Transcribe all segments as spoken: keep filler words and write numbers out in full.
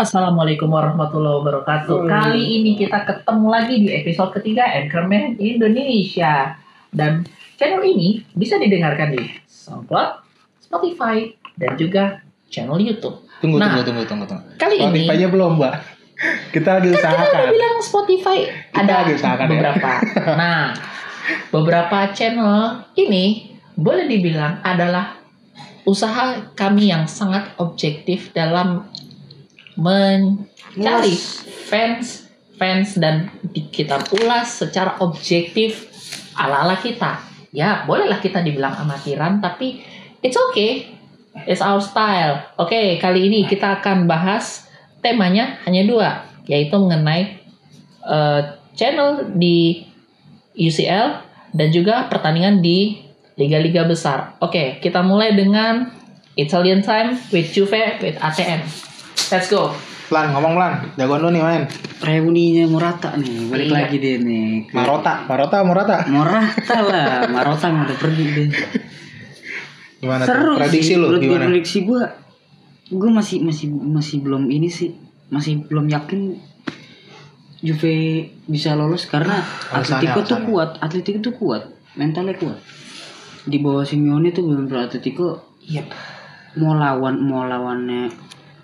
Assalamualaikum warahmatullahi wabarakatuh. Hmm. Kali ini kita ketemu lagi di episode ketiga Anchorman Indonesia. Dan channel ini bisa didengarkan di SoundCloud, Spotify, dan juga channel YouTube. Tunggu, Nah, tunggu, tunggu, tunggu, tunggu. Kali ini Spotify-nya belum, Mbak. Kita lagi kan usahakan. kita udah bilang Spotify Kita ada lagi usahakan, beberapa. Ya? Nah, beberapa channel ini boleh dibilang adalah usaha kami yang sangat objektif dalam mencari fans fans dan kita ulas secara objektif ala-ala kita. Ya, bolehlah kita dibilang amatiran, tapi it's okay. It's our style. Oke, okay, kali ini kita akan bahas temanya hanya dua, yaitu mengenai uh, channel di U C L dan juga pertandingan di liga-liga besar. Oke, okay, kita mulai dengan Italian time with Juve with A T M. Let's go. Lan, ngomong Lan. Jagoan lu nih main. Reuninya Morata nih, balik Iya. lagi deh nih. Ke- Marota, Marota, Morata. Morata lah, Morata yang udah pergi deh. Gimana Seru tuh? Prediksi sih, lu menurut gua gimana? prediksi gua, gua masih masih masih belum ini sih, masih belum yakin Juve bisa lolos karena Alasannya, Atletico tuh alasannya. kuat, Atletico tuh kuat, mentalnya kuat. Di bawah Simeone tuh belum pro Atletico Yep. mau lawan mau lawannya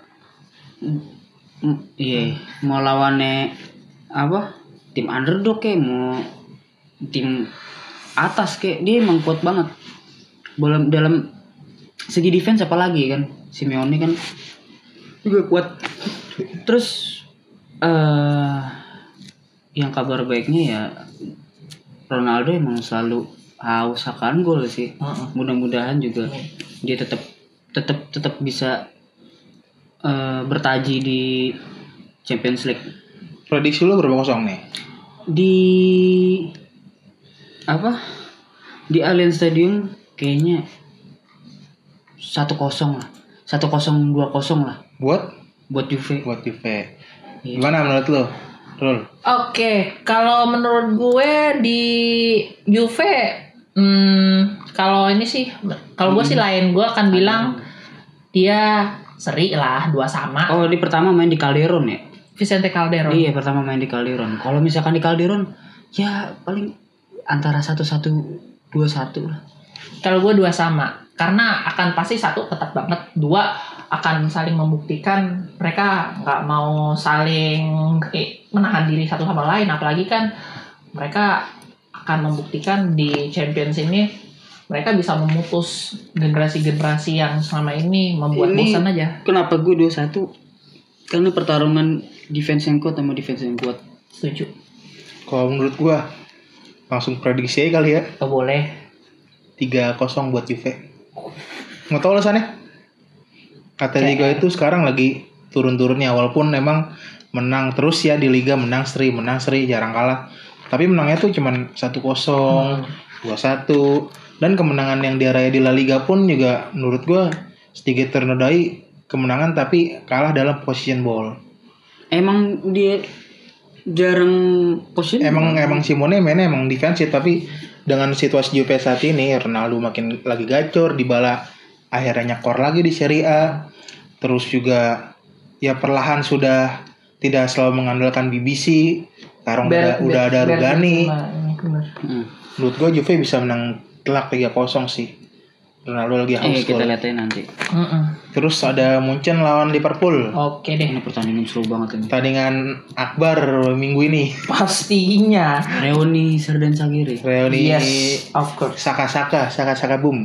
Mm, iya mau lawannya apa tim underdog kayak mau tim atas kayak dia emang kuat banget dalam dalam segi defense apalagi kan Simeone kan juga kuat. Terus eh yang kabar baiknya ya Ronaldo emang selalu haus akan gol sih. Uh-uh. Mudah-mudahan juga dia tetap tetap tetap bisa eh, bertaji di Champions League. Prediksi lu berapa kosong nih? Di apa? Di Allianz Stadium kayaknya satu kosong lah. satu kosong dua kosong lah Buat buat Juve. buat Juve. Iya. Gimana menurut lu? Rul. Oke, kalau menurut gue di Juve, hmm, kalau ini sih, kalau gue sih lain, gue akan bilang dia seri lah, dua sama. Oh, di pertama main di Calderon ya? Vicente Calderon. Iya, pertama main di Calderon. Kalau misalkan di Calderon, ya paling antara satu satu dua satu lah. Kalau gue dua sama, karena akan pasti satu ketat banget, dua akan saling membuktikan mereka nggak mau saling eh, menahan diri satu sama lain, apalagi kan mereka akan membuktikan di Champions ini mereka bisa memutus generasi-generasi yang selama ini membuat Ini- bosan aja. Kenapa gue dua satu? Karena pertarungan defense yang kuat sama defense yang kuat. Setuju. Kalau menurut gua langsung prediksi aja kali ya. Oh, boleh. tiga kosong buat Juve. Nggak tahu alasannya. Atletico itu sekarang lagi turun-turunnya walaupun memang menang terus ya di liga, menang seri, menang seri jarang kalah. Tapi menangnya tuh cuman satu kosong, dua satu, dan kemenangan yang diraih di La Liga pun juga menurut gua sedikit ternodai kemenangan tapi kalah dalam possession ball. Emang dia jarang position. Emang emang Simone mainnya emang defensif tapi dengan situasi Juve saat ini Ronaldo makin lagi gacor, Dybala akhirnya nyekor lagi di Serie A. Terus juga ya perlahan sudah tidak selalu mengandalkan B B C. Sekarang udah, Ber- udah ber- ada ber- Rugani. bener, bener. Hmm. Menurut gue Juve bisa menang telak tiga kosong sih. Ronaldo lagi Eh, haus kita gol. lihat aja nanti. Mm-mm. Terus ada Munchen lawan Liverpool. Oke deh. Ini pertandingan seru banget ini. Pertandingan akbar minggu ini. Pastinya. Reuni Serdan Sagiri. Reuni Yes, of course. Saka-saka, Saka-saka boom.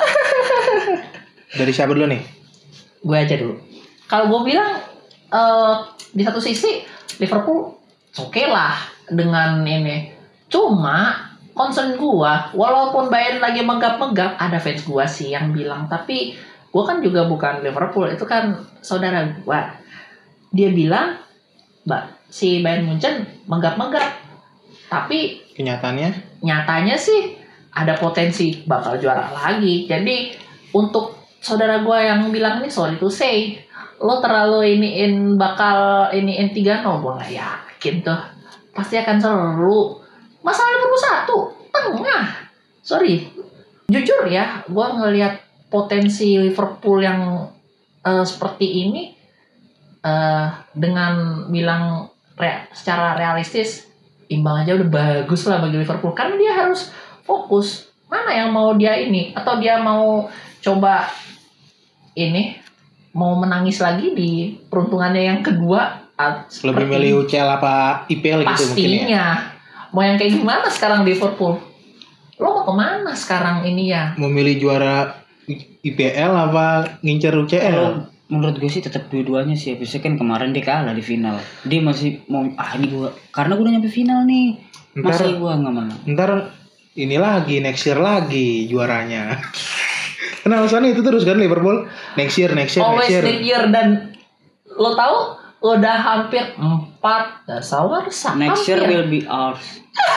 Dari siapa dulu nih? Gue aja dulu. Kalau gue bilang eh, di satu sisi Liverpool oke lah dengan ini. Cuma concern gue, walaupun Bayern lagi megap-megap, ada fans gue sih yang bilang. Tapi gue kan juga bukan Liverpool, itu kan saudara gue. Dia bilang, mbak si Bayern Munchen megap-megap. Tapi Kenyataannya nyatanya sih ada potensi bakal juara lagi. Jadi untuk saudara gue yang bilang ini sorry to say, lo terlalu iniin bakal iniin tiga nol, gue nggak yakin tuh. Pasti akan seru. Masalah Liverpool satu tengah. Sorry, jujur ya, gue ngelihat potensi Liverpool yang uh, seperti ini eh, dengan bilang re- secara realistis imbang aja udah bagus lah bagi Liverpool karena dia harus fokus mana yang mau dia ini atau dia mau coba ini mau menangis lagi di peruntungannya yang kedua ah, Lebih seperti milih U C L apa I P L gitu mungkin ya. pastinya mau yang kayak gimana sekarang Liverpool lo mau kemana sekarang ini ya Mau milih juara I P L apa ngincer U C L? Kalau menurut gue sih tetap dua-duanya sih. Biasanya kan kemarin dia kalah di final. Dia masih mau ah ini gue karena gue udah nyampe final nih. Ntar- Masih gue nggak mau. Ntar ini lagi next year lagi juaranya. Karena alasannya itu terus kan Liverpool next year next year always next year. the year dan lo tahu udah hampir empat dasawarsa Next year hampir. will be ours.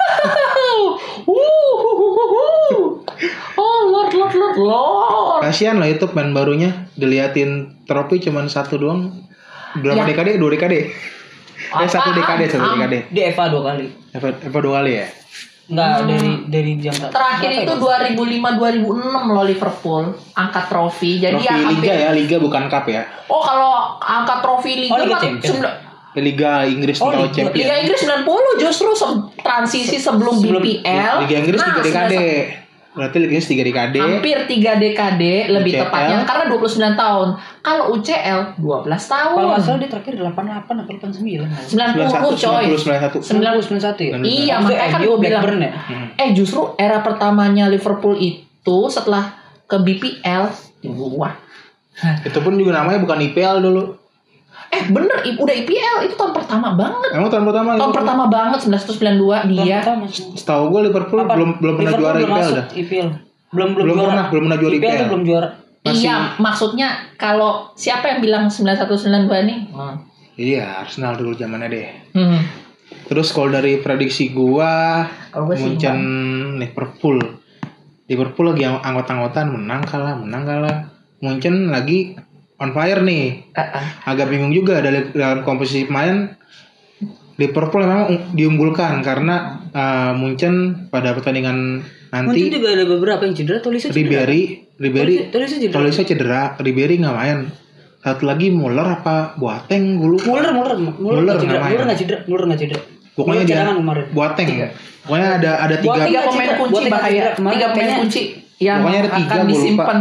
Oh Lord Lord Lord Lord. Kasihan loh itu pemain barunya diliatin trofi cuman satu doang. Berapa Ya. dekade? Dua dekade. Eh satu Apaan? dekade satu Am- dekade. Dia Eva dua kali. Eva, Eva dua kali ya. Enggak Hmm. dari dari jangka. Terakhir berapa itu ya? dua ribu lima dua ribu enam loh Liverpool angkat trofi. Jadi Trofi ya liga hampir. ya, liga bukan cup ya. Oh kalau angkat trofi liga Oh, Liga mah Champions. sembilan- Liga Inggris Oh, atau Liga- Champions. Liga Inggris sembilan puluh justru se- transisi sebelum, Sebelum- B P L. Liga Inggris Nah, tiga dekade. sembilan- Berarti Liga Inggris tiga dekade. hampir tiga dekade lebih U C L. tepatnya karena dua puluh sembilan tahun. Kalau U C L dua belas tahun. Kalau nggak salah dia terakhir delapan puluh delapan atau delapan puluh sembilan. sembilan puluh coy. sembilan puluh sembilan satu. Sembilan puluh sembilan satu ya. Iya, Maksudnya makanya kan M U gue bilang. Blackburn ya. Eh justru era pertamanya Liverpool itu setelah ke B P L wah. Itu pun juga namanya bukan I P L dulu. Eh bener i- udah I P L itu tahun pertama banget. Emang tahun pertama Tahun Liverpool? pertama banget seribu sembilan ratus sembilan puluh dua dia. Pertama. Setahu gue Liverpool Apa? belum belum pernah Liverpool juara belum I P L masuk dah. I P L. Belum belum, Belum juara. pernah, belum pernah juara I P L. tuh belum juara. Masih- Iya, maksudnya kalau siapa yang bilang sembilan satu sembilan dua nih? Hmm. Iya, Arsenal dulu zamannya deh. Hmm. Terus kalau dari prediksi gua, Kalau gua sih Munchen Liverpool. Liverpool lagi ang- anggot-anggotan menang kalah, menang kalah. Munchen lagi on fire nih. Ah, ah. Agak bingung juga dari dalam komposisi pemain. Liverpool memang un- diunggulkan karena uh, Munchen pada pertandingan Nanti nanti juga ada beberapa yang cedera, Tolisso cedera. Ribery, Ribery, Tolisso cedera. Tolisso cedera, Ribery nggak main. Satu lagi Muller apa Boateng gue lupa. Muller, Muller, Muller, Muller nggak cedera, nggak main. Muller nggak cedera, Muller nggak cedera. Pokoknya Muller dia cadangan kemarin. Boateng. Tiga. Pokoknya ada ada tiga. Boateng Tiga nggak pemain cedera, kunci Boateng nggak bahaya. cedera. Kemarin Tiga pemain kayaknya- kunci yang Pokoknya ada tiga, akan gua lupa. disimpan.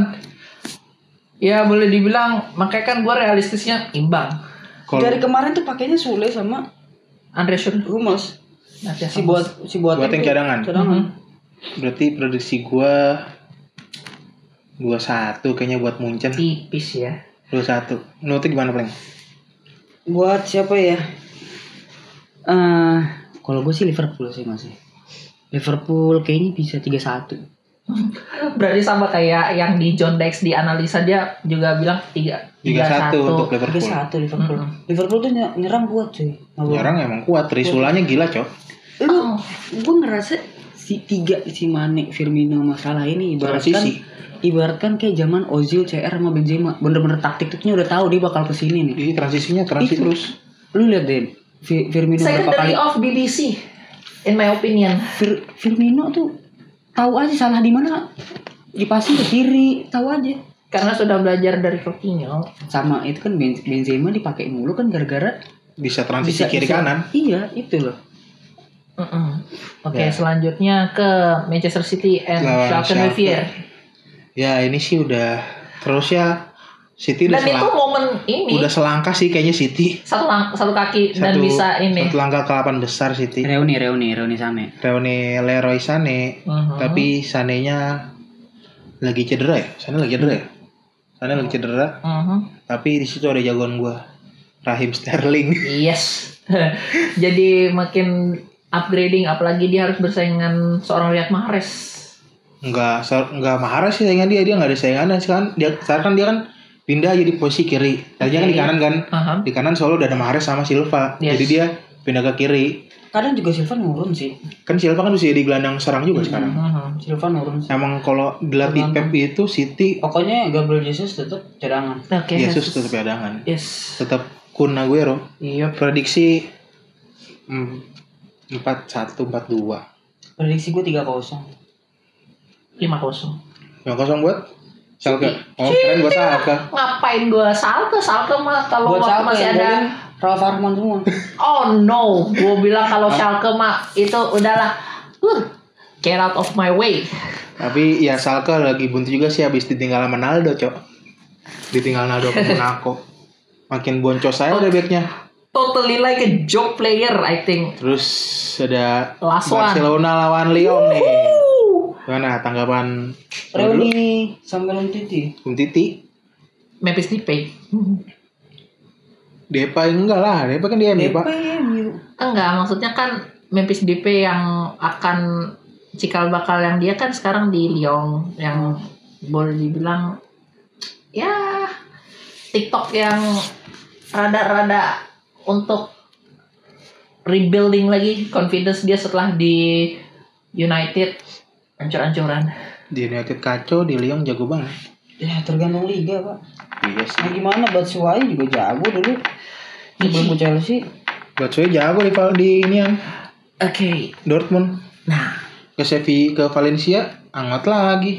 Ya boleh dibilang makanya kan gue realistisnya imbang. Kalau Dari kemarin tuh pakainya Sule sama Andre Schurrle. Rumas. Nanti Si buat si Boateng Boateng tuh cadangan. Cadangan. Mhm. berarti prediksi gua dua satu kayaknya buat Munchen. tipis ya. dua satu. Menurut lu gimana paling? Buat siapa ya? Eh, kalau gue sih Liverpool sih masih. Liverpool kayaknya bisa tiga satu. Berarti sama kayak yang di John Dex di analisa dia juga bilang tiga tiga satu untuk tiga Liverpool. satu Liverpool. Mhm. Liverpool tuh ny- nyerang kuat cuy. Nyerang emang kuat, Trisulanya gila, Cok. Lu, gue ngerasa si tiga si Mane, Firmino sama Salah ini ibaratkan Transisi. ibaratkan kayak zaman Ozil, C R sama Benzema. Bener-bener taktiknya udah tahu dia bakal kesini nih. Ini transisinya transisi Itu. terus. Lu lihat deh Fi- Firmino berapa kali secondary of B B C in my opinion. Fir- Firmino tuh tahu aja salah di mana, dipasing ke kiri, tahu aja. Karena sudah belajar dari Coutinho. Sama itu kan Ben- Benzema dipakai mulu kan gara-gara Bisa transisi bisa- kiri bisa- kanan. Iya, itu loh. Mm-mm. Oke, Ya. selanjutnya ke Manchester City and Lawan Schalke Schalke. nueve vier. Ya, ini sih udah terus ya City udah Dan itu selang- momen ini udah selangkah sih kayaknya City. satu lang- satu kaki dan Satu, bisa ini. satu langkah ke delapan besar City. Reuni, reuni, reuni Sane. Reuni Leroy Sané, Mhm. tapi Sané-nya lagi cedera ya? Sané lagi cedera ya? Sané lagi cedera, Mhm. tapi di situ ada jagoan gua, Raheem Sterling. Yes. Jadi makin upgrading apalagi dia harus bersaing dengan seorang Riyad Mahrez. Enggak, se- enggak marah sih saingan dia, dia enggak ada saingannya sekarang. Dia sekarang kan dia kan pindah jadi posisi kiri. Tadinya kan di Oke. kanan kan. Aha. Di kanan solo udah ada Mahrez sama Silva. Yes. Jadi dia pindah ke kiri. Kadang juga Silva nurun sih. Kan Silva kan bisa jadi gelandang serang juga sekarang. Mhm. Silva nurun sih. Emang kalau dilatih Pep itu City Pokoknya Gabriel Jesus tetap cadangan. Oke. Yesus tetap cadangan. Yes. Tetap Kun Aguero. Iya. Prediksi empat satu empat dua. Prediksi gue tiga kosong. lima kosong. Yang kosong buat Schalke. Oh, keren buat Schalke. Ngapain gua Schalke? Schalke mah kalau Buat waktu Schalke masih yang ada. golin Ralf Hartman semua. Oh no, gua bilang kalau Schalke mah itu udahlah. Uh, get out of my way. Tapi ya Schalke lagi buntu juga sih habis ditinggal sama Ronaldo, Cok. Ditinggal Ronaldo ke Monaco. Makin boncos saya udah backnya. Totally like a joke player, I think. Terus ada Last one. Barcelona lawan Lyon nih. Woo! Gimana tanggapan Reuni sambil Umtiti. Umtiti? Memphis Depay. Depay enggak lah, Depay kan dia M U, Pak. M U. Enggak, maksudnya kan Memphis Depay yang akan cikal bakal yang dia kan sekarang di Lyon yang boleh dibilang ya TikTok yang rada-rada untuk rebuilding lagi confidence dia setelah di United hancur-hancuran. Di United kacau, di Lyon jago banget. Ya tergantung liga, Pak. Iya sih. Nah, gimana Batshuayi juga jago dulu. Sebelum ke Chelsea. Batshuayi jago di di ini yang Oke. Dortmund. Nah, Ke Sevilla, ke Valencia, anget lagi.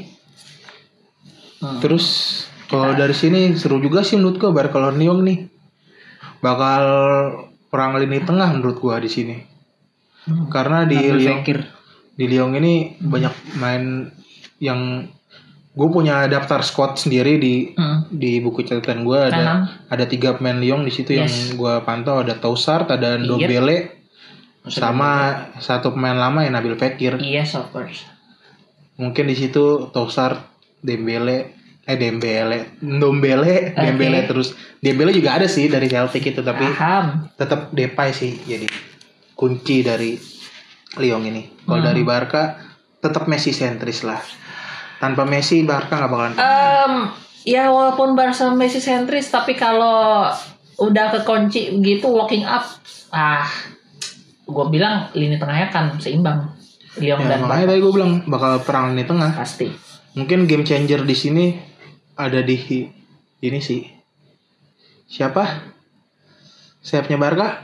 hmm. Terus kalau dari sini seru juga sih menurut gua Barca lawan Lyon nih. Bakal perang lini tengah menurut gua di sini. Hmm. Karena di Nabil Lyon Fekir. di Lyon ini banyak main yang gue punya daftar squad sendiri di Hmm. di buku catatan gue ada Tanam. ada tiga pemain Lyon di situ yang Yes. gue pantau, ada Toussaint, ada Yep. Ndombele, sama satu pemain lama yang Nabil Fekir. Yes, of course. Mungkin di situ Toussaint, Dembele, eh Dembele, Ndombele, Oke. Dembele terus Dembele juga ada sih dari Celtic itu tapi Paham. tetap Depay sih jadi kunci dari Lyon ini. Kalau Hmm. dari Barca tetap Messi sentris lah. Tanpa Messi Barca nggak bakalan. Um, ya walaupun Barca Messi sentris tapi kalau udah kekunci begitu walking up, ah, gue bilang lini tengahnya kan seimbang. Lyon Ya, dan makanya Barca tadi gue bilang bakal perang di tengah. pasti. Mungkin game changer di sini ada di ini sih. Siapa? Sayapnya Barca?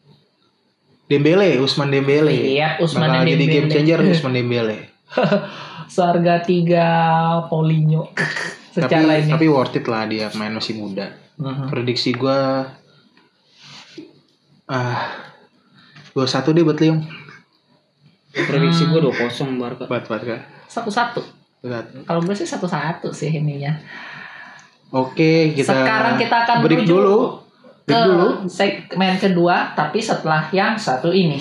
Dembele, Usman Dembele. Iya, Ousmane bakal jadi Dembele. game changer Usman Dembele. Seharga tiga Paulinho tapi secara ini. tapi worth it lah dia main masih muda. Mhm. Prediksi gue ah dua satu deh buat Lyon. Prediksi gue dua kosong Barca. Buat Barca. Satu-satu. Lihat. Kalau gue sih satu-satu sih ininya. Oke, kita Sekarang kita akan break menuju dulu. ke Break dulu. segmen kedua, tapi setelah yang satu ini.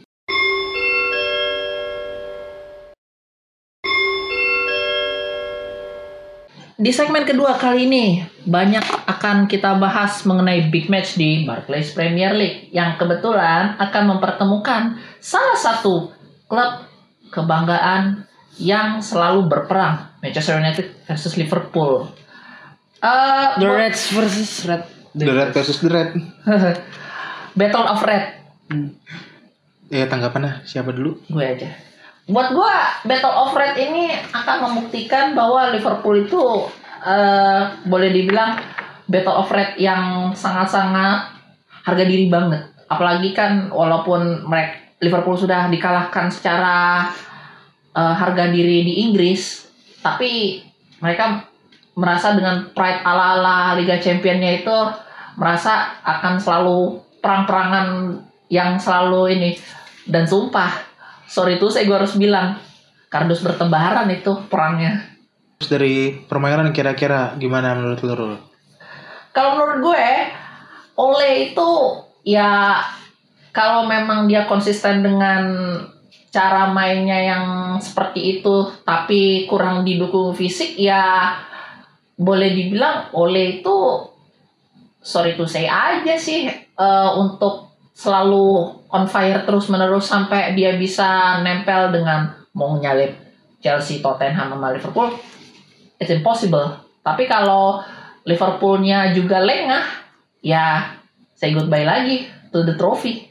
Di segmen kedua kali ini banyak akan kita bahas mengenai big match di Barclays Premier League yang kebetulan akan mempertemukan salah satu klub kebanggaan yang selalu berperang, Manchester United versus Liverpool. Eh, The Reds versus Red. The Red versus The Red. Battle of Red. Hmm. Ya tanggapannya siapa dulu? Gue aja. Buat gue Battle of Red ini akan membuktikan bahwa Liverpool itu uh, boleh dibilang Battle of Red yang sangat-sangat harga diri banget. Apalagi kan walaupun mereka Liverpool sudah dikalahkan secara uh, harga diri di Inggris, tapi mereka merasa dengan pride ala-ala Liga Championnya itu merasa akan selalu perang-perangan yang selalu ini. Dan sumpah, sorry tuh saya gue harus bilang, kardus bertebaran itu perangnya. Terus dari permainan kira-kira gimana menurut lu, Rul? Kalau menurut gue, Ole itu ya kalau memang dia konsisten dengan cara mainnya yang seperti itu, tapi kurang didukung fisik, ya boleh dibilang Ole itu sorry to say aja sih uh, untuk selalu on fire terus menerus sampai dia bisa nempel dengan mau nyalip Chelsea, Tottenham sama Liverpool. It's impossible. Tapi kalau Liverpoolnya juga lengah, ya say goodbye lagi to the trophy.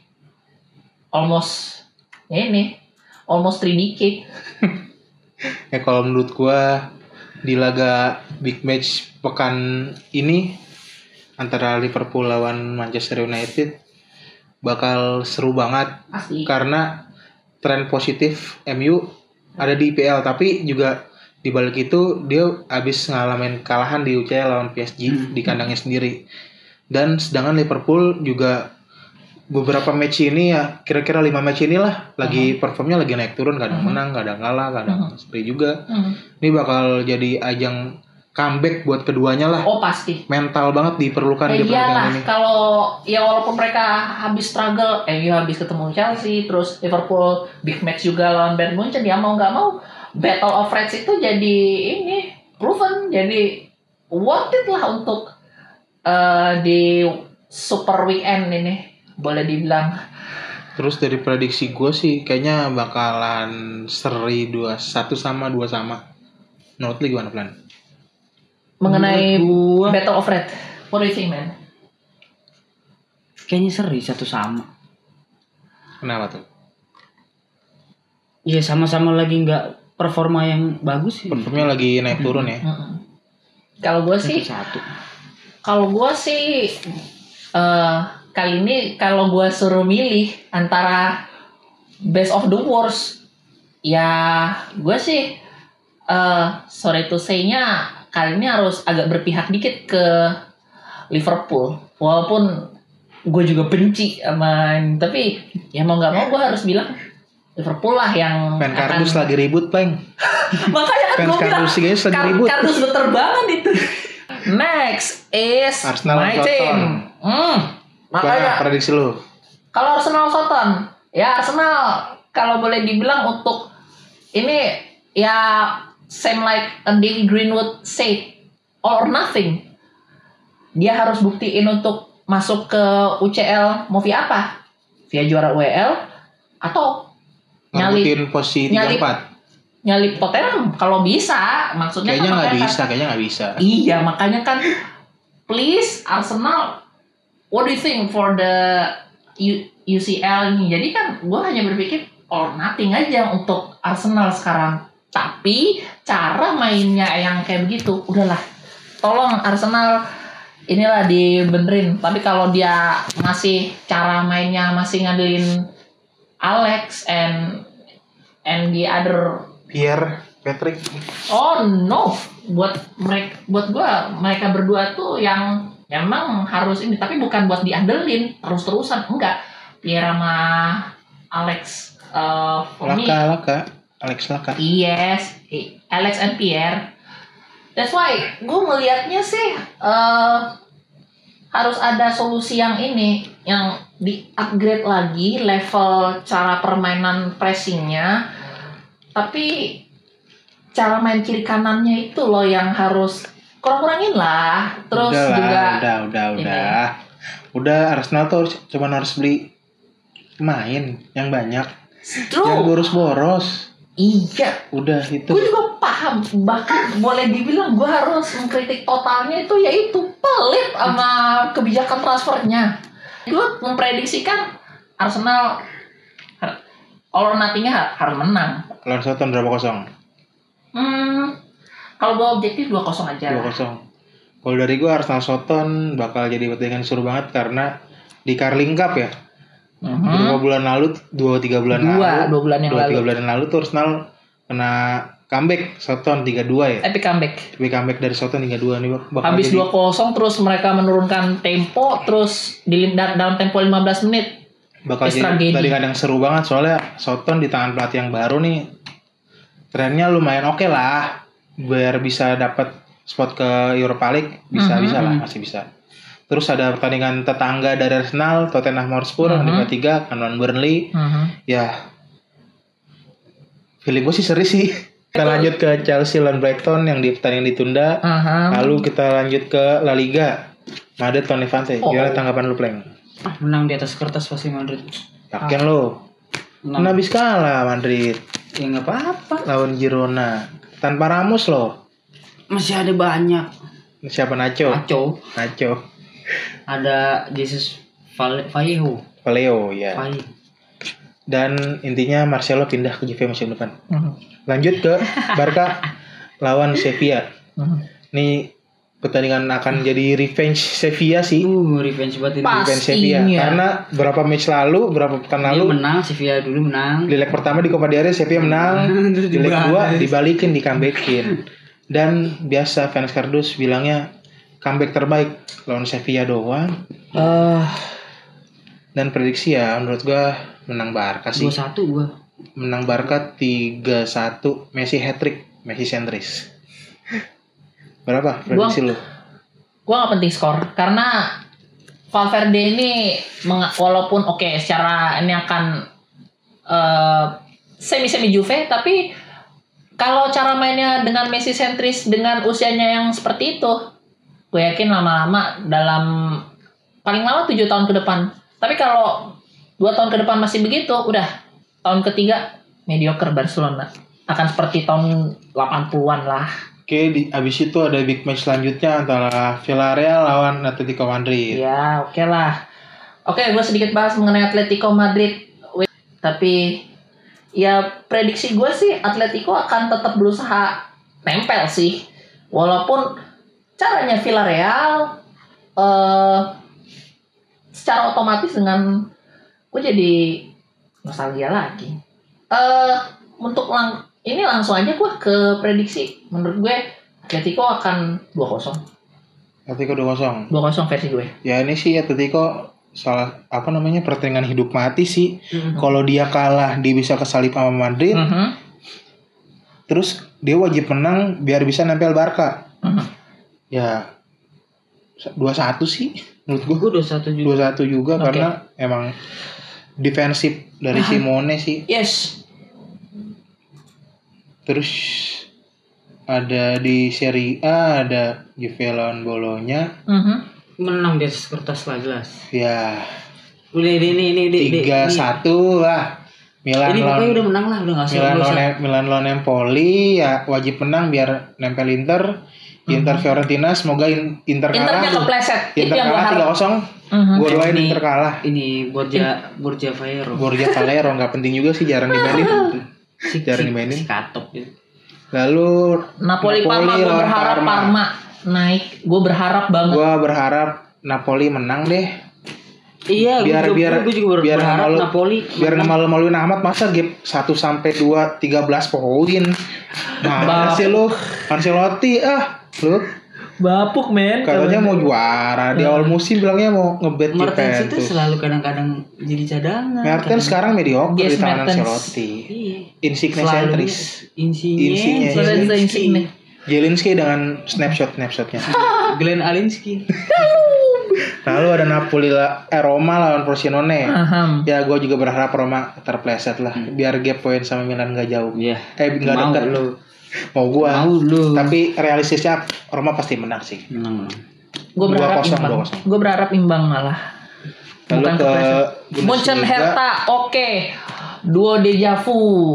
Almost ini, almost three decade. Ya kalau menurut gua di laga big match pekan ini antara Liverpool lawan Manchester United bakal seru banget. Pasti. Karena tren positif M U ada di I P L tapi juga di balik itu dia habis ngalamin kalahan di U C L lawan P S G Hmm. di kandangnya sendiri. Dan sedangkan Liverpool juga beberapa match ini ya kira-kira lima match inilah lagi performnya lagi naik turun, kadang Mhm. menang, kadang kalah, kadang Mhm. seri juga. Hmm. Ini bakal jadi ajang comeback buat keduanya lah. Oh pasti. Mental banget diperlukan Eh, di pertandingan iyalah, ini. kalau ya walaupun mereka habis struggle, eh ya habis ketemu Chelsea, terus Liverpool big match juga lawan Bayern Munchen, ya mau nggak mau Battle of Reds itu jadi ini proven, jadi worth it lah untuk eh, di super weekend ini boleh dibilang. Terus dari prediksi gue sih kayaknya bakalan seri dua satu sama dua sama. Menurut lu gimana Plan? Mengenai Menurut gua- Battle of Reds, what do you think, man? Kayaknya seri satu sama. Kenapa tuh? Iya sama-sama lagi nggak performa yang bagus sih. Performnya lagi naik turun ya. Mm-mm. Kalau gue sih, Satu. kalau gue sih eh kali ini kalau gue suruh milih antara best of the worst, ya gue sih eh sorry to say-nya kali ini harus agak berpihak dikit ke Liverpool. Walaupun gue juga benci sama, tapi ya mau nggak mau gue harus bilang Liverpool lah yang Fan kardus lagi ribut, Pleng. Makanya kan Fans gue bilang kardus guys lagi kar- ribut. kardus berterbangan itu. Next is Arsenal my Soton. team. Hmm, Gimana makanya prediksi lu? kalau Arsenal Soton, ya Arsenal kalau boleh dibilang untuk ini ya same like David Greenwood said, all or nothing. Dia harus buktiin untuk masuk ke U C L mau via apa? Via juara U E L atau nyalip Ngebutin posisi tiga nyalip- empat. nyalip Tottenham kalau bisa. Maksudnya Kayaknya kan nggak makanya bisa, kayaknya nggak bisa. kan- Iya, makanya kan please Arsenal, what do you think for the U- UCL ini? Jadi kan gue hanya berpikir all or nothing aja untuk Arsenal sekarang. Tapi cara mainnya yang kayak begitu, udahlah. Tolong Arsenal inilah dibenerin. Tapi kalau dia masih cara mainnya masih ngandelin Alex and and the other, Pierre, Patrick. oh no, buat mereka, buat gua mereka berdua tuh yang memang harus ini, tapi bukan buat diandelin terus-terusan, enggak. Pierre sama Alex, uh, for me, Laka, Laka. Alex Laka. yes, Alex and Pierre. That's why gue melihatnya sih eh harus ada solusi yang ini, yang di upgrade lagi level cara permainan pressingnya, tapi cara main kiri kanannya itu loh yang harus kurang-kurangin lah. Terus udah lah, juga udah, udah, ini. udah. Udah Arsenal tuh harus, cuman harus beli pemain yang banyak, True. yang boros-boros. Iya, Udah itu. gue juga paham. Bahkan boleh dibilang gue harus mengkritik totalnya itu, yaitu pelit sama kebijakan transfernya. Gue memprediksikan Arsenal all or nothing-nya har- harus menang. Lawan Soton berapa kosong? Hmm, kalau gue objektif dua kosong aja. Dua kosong. Kalau dari gue Arsenal Soton bakal jadi pertandingan seru banget karena di Carling Cup ya. Mhm. Beberapa bulan lalu, dua tiga bulan Dua, lalu, dua bulan yang dua, lalu. tiga bulan yang lalu tuh Arsenal kena comeback Soton tiga dua ya. Epic comeback. Tapi comeback dari Soton tiga dua nih bakal Habis jadi dua kosong terus mereka menurunkan tempo, terus di da- dalam tempo lima belas menit. bakal Extra jadi game. tadi kadang seru banget soalnya Soton di tangan pelatih yang baru nih trennya lumayan oke lah biar bisa dapat spot ke Europa League bisa Mhm. bisa lah masih bisa. Terus ada pertandingan tetangga dari Arsenal Tottenham Hotspur Mhm. Liga tiga lawan Burnley Mhm. ya feeling gue sih seri sih. Kita lanjut ke Chelsea lawan Brighton yang di pertandingan ditunda. Aha. Lalu kita lanjut ke La Liga Madrid lawan Levante. Oh. Gimana tanggapan lu, Pleng? Ah, menang di atas kertas pasti Madrid. Yakin lu? Kan Menang. habis kalah Madrid Ya nggak apa-apa. lawan Girona tanpa Ramos loh. Masih ada banyak. Siapa Nacho? Aco. Nacho. Ada Jesus Val- Vallejo. Valeo ya. Vallejo. Dan intinya Marcelo pindah ke Juve musim depan. Mhm. Lanjut ke Barca lawan Sevilla. Mhm. Nih pertandingan akan jadi revenge Sevilla sih. Uh, revenge banget ini. Pas. Revenge Sevilla. Pastinya. Karena berapa match lalu, berapa pekan Dia lalu menang, Sevilla dulu menang. di leg pertama di Copa del Rey Sevilla menang, Terus di leg dibalik. kedua dibalikin, di comebackin. Dan biasa fans kardus bilangnya comeback terbaik lawan Sevilla doang. Eh, Dan prediksi ya menurut gua menang Barca sih. dua satu gua. Menang Barca tiga satu, Messi hat-trick, Messi sentris. Berapa prediksi lu? gue gak penting skor karena Valverde ini meng- walaupun oke okay, secara ini akan uh, semi-semi Juve, tapi kalau cara mainnya dengan Messi sentris dengan usianya yang seperti itu, gue yakin lama-lama dalam paling lama tujuh tahun ke depan. Tapi kalau dua tahun ke depan masih begitu, udah tahun ketiga mediocre Barcelona akan seperti tahun delapan puluhan lah. Oke, di, abis itu ada big match selanjutnya antara Villarreal lawan Atletico Madrid. Ya, oke lah. Oke, gue sedikit bahas mengenai Atletico Madrid. Wait, tapi ya prediksi gue sih Atletico akan tetap berusaha nempel sih. Walaupun caranya Villarreal eh secara otomatis dengan gue jadi nostalgia lagi. Eh untuk lang ini langsung aja gue ke prediksi. Menurut gue Atletico akan dua kosong. Atletico dua kosong. dua kosong versi gue. Ya ini sih Atletico salah apa namanya pertandingan hidup mati sih. Mm-hmm. Kalau dia kalah dia bisa kesalip sama Madrid. Mm-hmm. Terus dia wajib menang biar bisa nempel Barca. Mm-hmm. Ya dua satu sih menurut gue. Gua dua satu juga. dua satu juga Oke. karena emang defensif dari Simone sih. Yes. Terus ada di Serie A ada Juve lawan Bologna. Mm-hmm. Menang di atas kertas lah jelas. Ya Udah ini ini ini ini. tiga satu lah. Milan Ini pokoknya lawan udah menang lah, udah enggak usah. Milan nggak usah. lawan Milan lawan Empoli ya wajib menang biar nempel Inter. Inter Fiorentina semoga in- Inter kalah. Internya kepleset. Itu Inter yang gue kalah tiga harap. kosong. Mhm. Gue doain Ini- Inter kalah. Ini Borja Borja Valero. Borja Valero nggak penting juga sih, jarang dimainin. Si, Jarang si- dimainin. si Katop gitu. Lalu Napoli Parma gue lawan berharap Parma naik. Gue berharap banget. Gue berharap Napoli menang deh. Iya, Biar gua, biar gua juga biar berharap malu- Napoli biar menang. ngemalu-maluin amat, masa gap satu sampai dua tiga belas poin. Mana Bap- sih lu? Ancelotti ah, lu Bapuk men. katanya mau juara di awal musim bilangnya mau ngebet Mertens itu Juventus. selalu kadang-kadang jadi cadangan. Mertens kadang- sekarang mediocre Yes, di tangan Mertens. Ancelotti. Iya. Insigne Selalu sentris. Insigne. Insigne. Lorenzo Insigne. Jelinski dengan snapshot snapshotnya. Glenn Alinsky. Lalu ada Napoli la- eh, Roma lawan Frosinone. Aham. Ya gue juga berharap Roma terpleset lah, biar gap poin sama Milan gak jauh. Iya. Eh nggak Mau dekat. lu. Mau gue. Mau lu. Tapi realistisnya Roma pasti menang sih. Menang menang. Gue berharap dua kosong, imbang. dua kosong. Gue berharap imbang malah. Lalu Bukan ke kepleset. Bundesliga. Munchen Hertha, oke. Duo deja vu.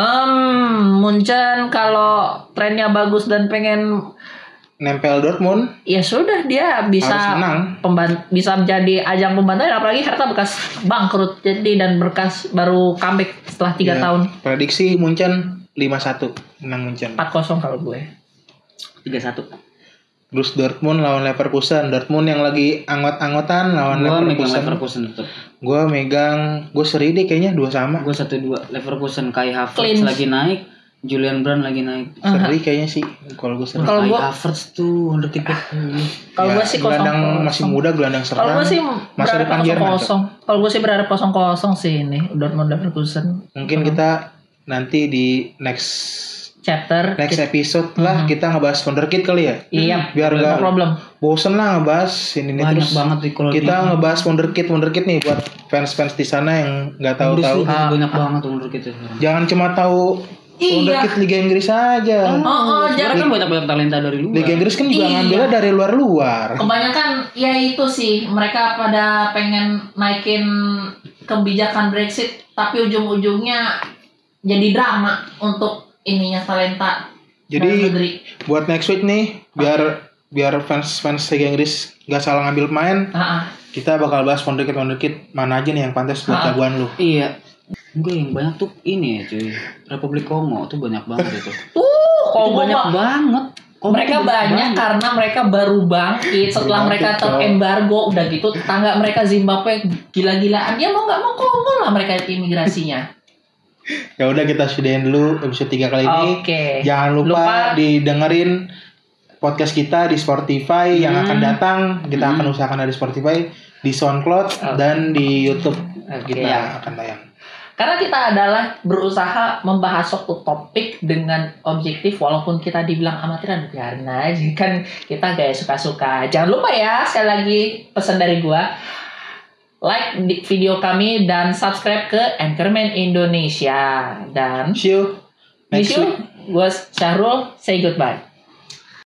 Hmm, Munchen kalau trennya bagus dan pengen Nempel Dortmund ya sudah dia bisa harus menang. pemban- bisa menjadi ajang pembantaian, apalagi Hertha bekas bangkrut jadi dan berkas baru comeback setelah tiga Ya, tahun. Prediksi Munchen lima satu menang Munchen. empat kosong kalau gue. tiga satu. Terus Dortmund lawan Leverkusen. Dortmund yang lagi anggot-anggotan lawan Gua megang Leverkusen. Leverkusen tetap. Gue megang, gue seri deh kayaknya dua sama. Gua satu dua. Leverkusen Kai Havertz Clean. lagi naik, Julian Brand lagi naik. Seri kayaknya sih. Kalau gue seri. Kalau Kai gua- Havertz tuh wonderkid. Kalau Ya, gue sih kosong gelandang kosong. masih muda, gelandang serang. Kalau gue sih masa berharap depan kosong Jerman. kosong. Kalau gue sih berharap kosong kosong sih ini Dortmund Leverkusen. Mungkin kita nanti di next Chapter. next episode lah kita ngebahas wonderkid kali ya. Iya. Biar no nggak problem. bosen lah ngebahas ini nih. Banyak Terus banget nih kalau kita di- ngebahas wonderkid wonderkid nih buat fans-fans di sana yang nggak tahu-tahu. Bundesliga banyak banget wonderkid itu. Jangan cuma tahu Iya. wonderkid Liga Inggris aja. Oh, oh, Sekarang jangan. kan banyak-banyak talenta dari luar. Liga Inggris kan juga Iya. ngambilnya dari luar-luar. Kebanyakan ya itu sih mereka pada pengen naikin kebijakan Brexit tapi ujung-ujungnya jadi drama untuk ininya talenta dalam Jadi negeri. buat next week nih biar biar fans-fans Liga Inggris nggak salah ngambil pemain, Ah, ah. kita bakal bahas wonderkid wonderkid mana aja nih yang pantas buat Ah. jagoan lu. Iya. Gue yang banyak tuh ini ya cuy. Republik Kongo tuh banyak banget itu. Uh, Itu Kongo banyak mah. banget. Oh, mereka banyak banyak. karena mereka baru bangkit setelah Baru mereka bangkit, bro. terembargo. Udah gitu tetangga mereka Zimbabwe gila-gilaan. Dia mau nggak mau Kongo lah mereka imigrasinya. Ya udah kita sudahin dulu episode tiga kali ini. Oke. Jangan lupa, Lupa. didengerin podcast kita di Spotify yang Hmm. akan datang. Kita Hmm. akan usahakan ada di Spotify, di SoundCloud Oke. dan di YouTube. Oke. Kita Ya. akan tayang. Karena kita adalah berusaha membahas suatu topik dengan objektif walaupun kita dibilang amatiran, biarin aja kan kita gaya suka-suka. Jangan lupa ya, sekali lagi pesan dari gua, like di video kami dan subscribe ke Anchorman Indonesia. Dan See you next wish you week. was Syahrul, say goodbye.